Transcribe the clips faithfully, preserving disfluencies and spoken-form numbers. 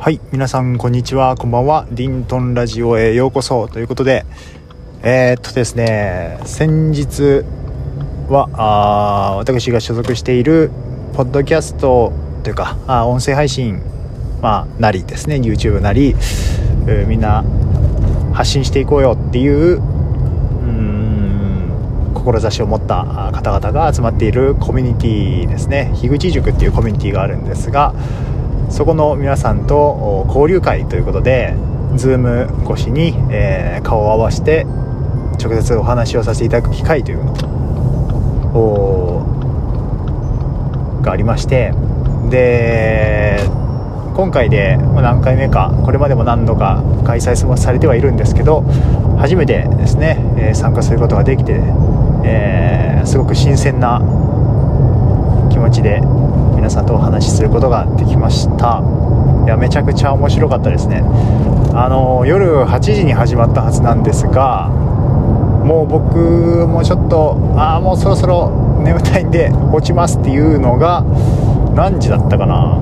はい、皆さんこんにちは、こんばんは。リントンラジオへようこそということで、えー、っとですね先日はあ私が所属しているポッドキャストというかあ音声配信、まあ、なりですね YouTube なり、えー、みんな発信していこうよっていううーん志を持った方々が集まっているコミュニティですね。樋口塾っていうコミュニティがあるんですが、そこの皆さんと交流会ということで Zoom 越しに、えー、顔を合わせて直接お話をさせていただく機会というのがありまして、で今回で何回目か、これまでも何度か開催されてはいるんですけど、初めてですね、えー、参加することができて、えー、すごく新鮮な気持ちで皆さんとお話しすることができました。いやめちゃくちゃ面白かったですね。あの夜はちじに始まったはずなんですが、もう僕もちょっとあもうそろそろ眠たいんで落ちますっていうのが何時だったかな、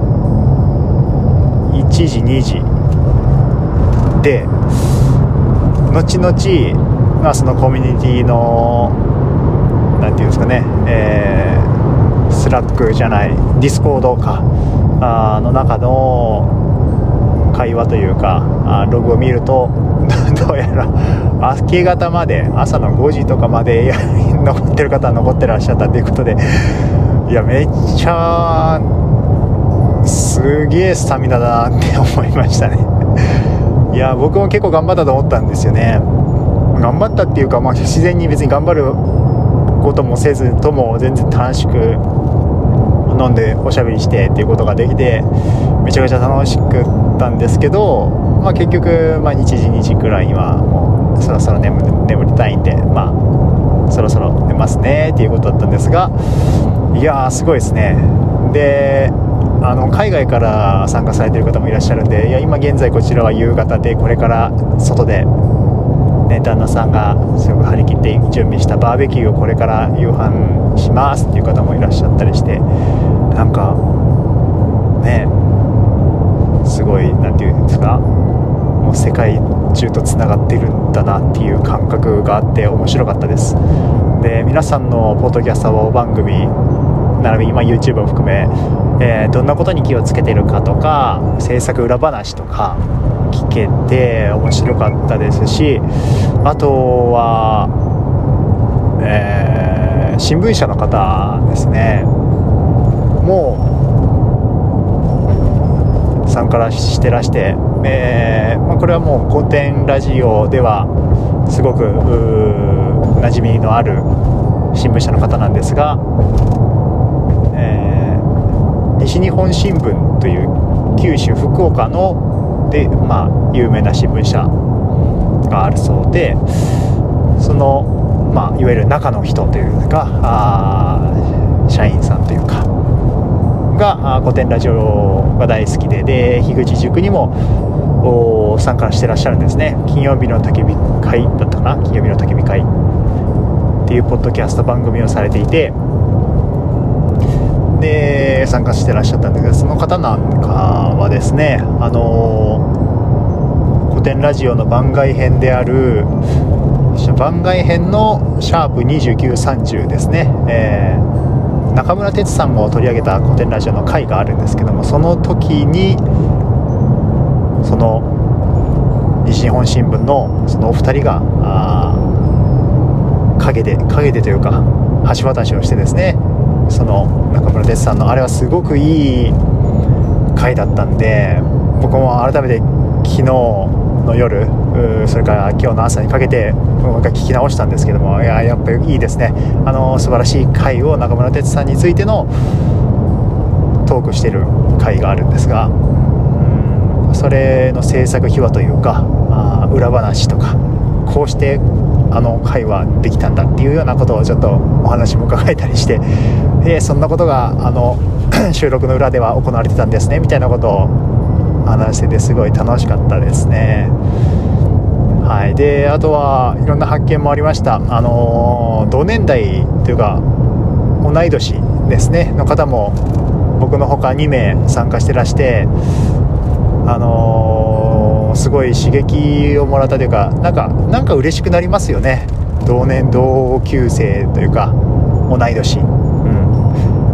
いちじにじで、後々、まあ、そのコミュニティのなんていうんですかね、えースラックじゃないディスコードかあの中の会話というかあログを見るとどうやら明け方まで朝のごじとかまで残ってる方は残ってらっしゃったということで、いやめっちゃすげえスタミナだなって思いましたね。いや僕も結構頑張ったと思ったんですよね。頑張ったっていうか、まあ、自然に別に頑張ることもせずとも全然楽しく飲んでおしゃべりしてっていうことができてめちゃくちゃ楽しくったんですけど、まあ、結局、まあ、いちじにじくらいにはもうそろそろ 眠, 眠りたいんで、まあ、そろそろ寝ますねっていうことだったんですが、いやーすごいですね。であの海外から参加されている方もいらっしゃるんで、いや今現在こちらは夕方で、これから外でね、旦那さんがすごく張り切って準備したバーベキューをこれから夕飯しますっていう方もいらっしゃったりして、なんかねすごいなんていうんですか、もう世界中とつながっているんだなっていう感覚があって面白かったです。で皆さんのポッドキャスト番組並びに、まあ、YouTube を含め、えー、どんなことに気をつけているかとか制作裏話とか聞けて面白かったですし、あとは、えー、新聞社の方ですねもう参加してらして、えーまあ、これはもう古典ラジオではすごく馴染みのある新聞社の方なんですが、えー、西日本新聞という九州福岡ので、まあ、有名な新聞社があるそうで、その、まあ、いわゆる中の人というかあ社員さんというかが古典ラジオが大好きで、で樋口塾にも参加してらっしゃるんですね。金曜日の焚き火会だったかな、金曜日の焚き火会っていうポッドキャスト番組をされていて、で参加してらっしゃったんですが、その方なんかはですね、あのー、古典ラジオの番外編である番外編のシャープにじゅうきゅうさんじゅうですね、えー、中村哲さんも取り上げた古典ラジオの回があるんですけども、その時にその西日本新聞のそのお二人が陰で陰でというか橋渡しをしてですね、その中村哲さんのあれはすごくいい回だったんで、僕も改めて昨日の夜それから今日の朝にかけてもう一回聞き直したんですけども、いややっぱりいいですね。あの素晴らしい回を中村哲さんについてのトークしている回があるんですが、うんそれの制作秘話というかあ裏話とか、こうしてあの会話できたんだっていうようなことをちょっとお話も伺えたりして、えー、そんなことがあの収録の裏では行われてたんですねみたいなことを話しててすごい楽しかったですね。はい、であとはいろんな発見もありました。あのー、同年代というか同い年ですねの方も僕のほかにめい参加してらして、 あのー、すごい刺激をもらったというか、なんかなんか嬉しくなりますよね。同年同級生というか同い年、うん、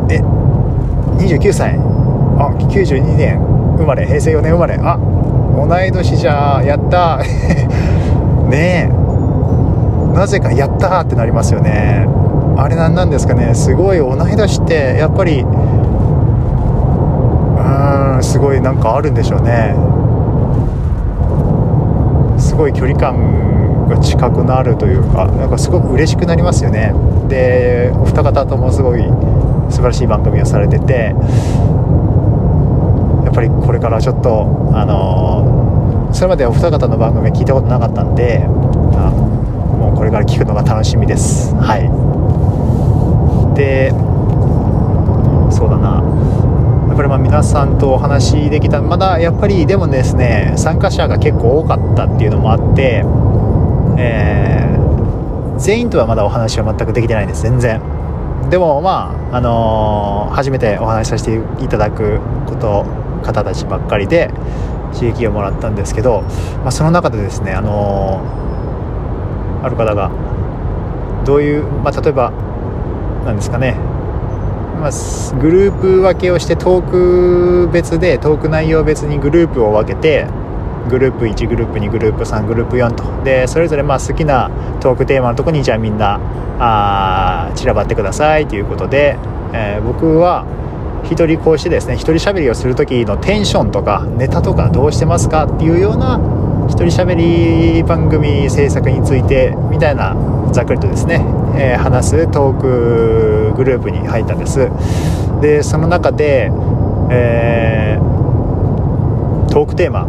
えにじゅうきゅうさい、あきゅうじゅうにねん生まれ、平成よねん生まれ、あ同い年じゃやったねえ、なぜかやったってなりますよね。あれなんなんですかね、すごい同い年ってやっぱりうーんすごいなんかあるんでしょうね。すごい距離感が近くなるというか、なんかすごく嬉しくなりますよね。でお二方ともすごい素晴らしい番組をされてて、やっぱりこれからちょっとあのー、それまでお二方の番組は聞いたことなかったんで、あもうこれから聞くのが楽しみです。はい。でそうだな、やっぱりまあ皆さんとお話できた、まだやっぱりでもですね、参加者が結構多かったっていうのもあって、えー、全員とはまだお話は全くできてないんです。全然。でもまああのー、初めてお話しさせていただくこと方たちばっかりで刺激をもらったんですけど、まあ、その中でですね、あのー、ある方がどういう、まあ、例えばなんですかね、まあ、グループ分けをしてトーク別でトーク内容別にグループを分けて、グループいち、グループに、グループさん、グループよんとで、それぞれまあ好きなトークテーマのところにじゃあみんなあ散らばってくださいということで、えー、僕は一人こうしてですね、一人喋りをする時のテンションとかネタとかどうしてますかっていうような一人喋り番組制作についてみたいなざっくりとですね、えー、話すトークグループに入ったんです。でその中で、えー、トークテーマ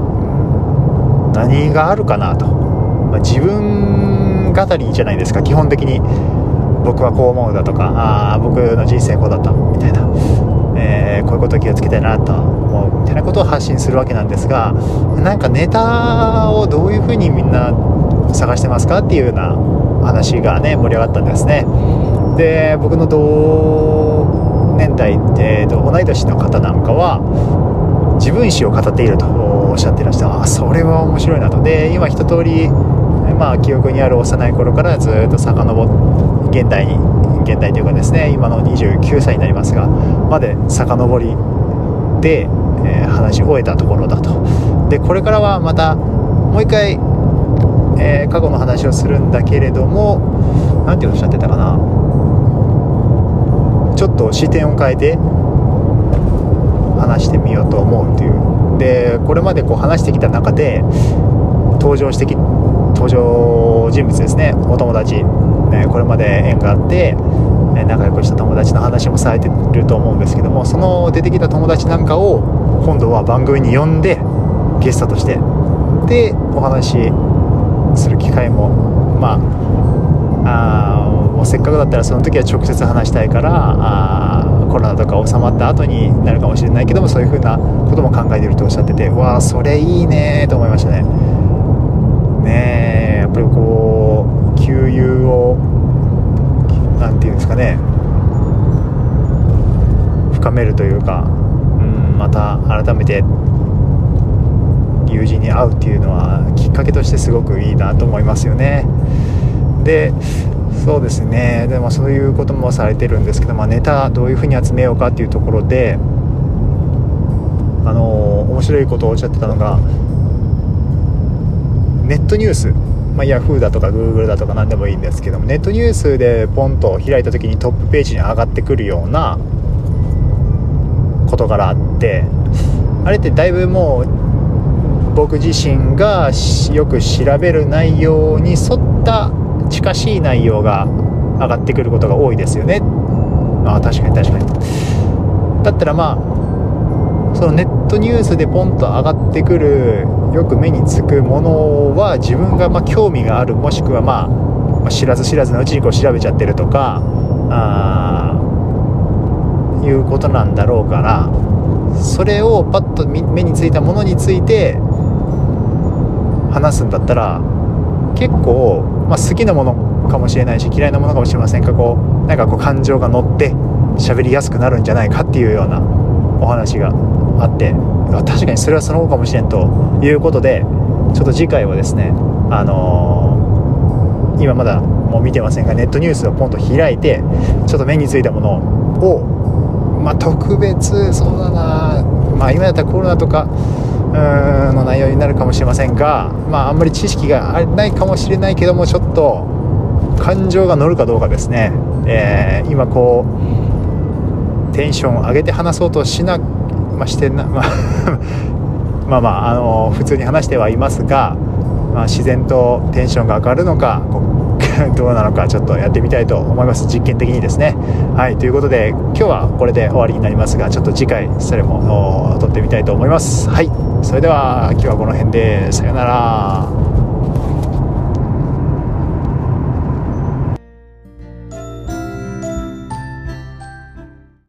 何があるかなと、まあ、自分語りじゃないですか。基本的に僕はこう思うだとか、あ僕の人生こうだったみたいな、えー、こういうことを気をつけたいなと思うみたいなことを発信するわけなんですが、なんかネタをどういうふうにみんな探してますかっていうような話がね盛り上がったんですね。で僕の同年代、えー、と同い年の方なんかは自分史を語っているとおっしゃっていらして、あそれは面白いなと。で今一通り、まあ、記憶にある幼い頃からずっと遡って現代に現代というかですね、今のにじゅうきゅうさいになりますがまで遡りで、えー、話し終えたところだと。でこれからはまたもう一回、えー、過去の話をするんだけれども、なんておっしゃってたかな、ちょっと視点を変えて話してみようと思うという。でこれまでこう話してきた中で登場してき登場人物ですね、お友達、ね、これまで縁があって仲良くした友達の話もされてると思うんですけども、その出てきた友達なんかを今度は番組に呼んでゲストとしてでお話しする機会も、まあ、あもうせっかくだったらその時は直接話したいから、あコロナとか収まった後になるかもしれないけども、そういう風なことも考えているとおっしゃってて、わあそれいいねと思いましたね。ねえやっぱりこう給油をなんていうんですかね、深めるというか、うん、また改めて友人に会うっていうのはきっかけとしてすごくいいなと思いますよね。でそうですね、でもそういうこともされてるんですけど、まあ、ネタどういうふうに集めようかっていうところで、あの面白いことをおっしゃってたのが、ネットニュース、まあ、ヤフーだとか Google だとか何でもいいんですけども、ネットニュースでポンと開いた時にトップページに上がってくるような事柄あって、あれってだいぶもう僕自身がよく調べる内容に沿った近しい内容が上がってくることが多いですよね。ああ確かに確かに。だったらまあそのネットニュースでポンと上がってくるよく目につくものは自分がまあ興味がある、もしくはまあ、まあ、知らず知らずのうちにこう調べちゃってるとかあいうことなんだろうから、それをパッと目についたものについて話すんだったら結構、まあ、好きなものかもしれないし嫌いなものかもしれませんが、こうなんかこう感情が乗って喋りやすくなるんじゃないかっていうようなお話があって、あ確かにそれはその後かもしれんということで、ちょっと次回はですね、あのー、今まだもう見てませんがネットニュースをポンと開いて、ちょっと目についたものを、まあ、特別そうだな、まあ、今だったらコロナとかうーんの内容になるかもしれませんが、まあ、あんまり知識がないかもしれないけども、ちょっと感情が乗るかどうかですね、えー、今こうテンションを上げて話そうとしな、まあ、してな、まあまあまあ、あのー、普通に話してはいますが、まあ、自然とテンションが上がるのかどうなのかちょっとやってみたいと思います、実験的にですね。はい、ということで今日はこれで終わりになりますが、ちょっと次回それも撮ってみたいと思います。はい、それでは今日はこの辺でさよなら。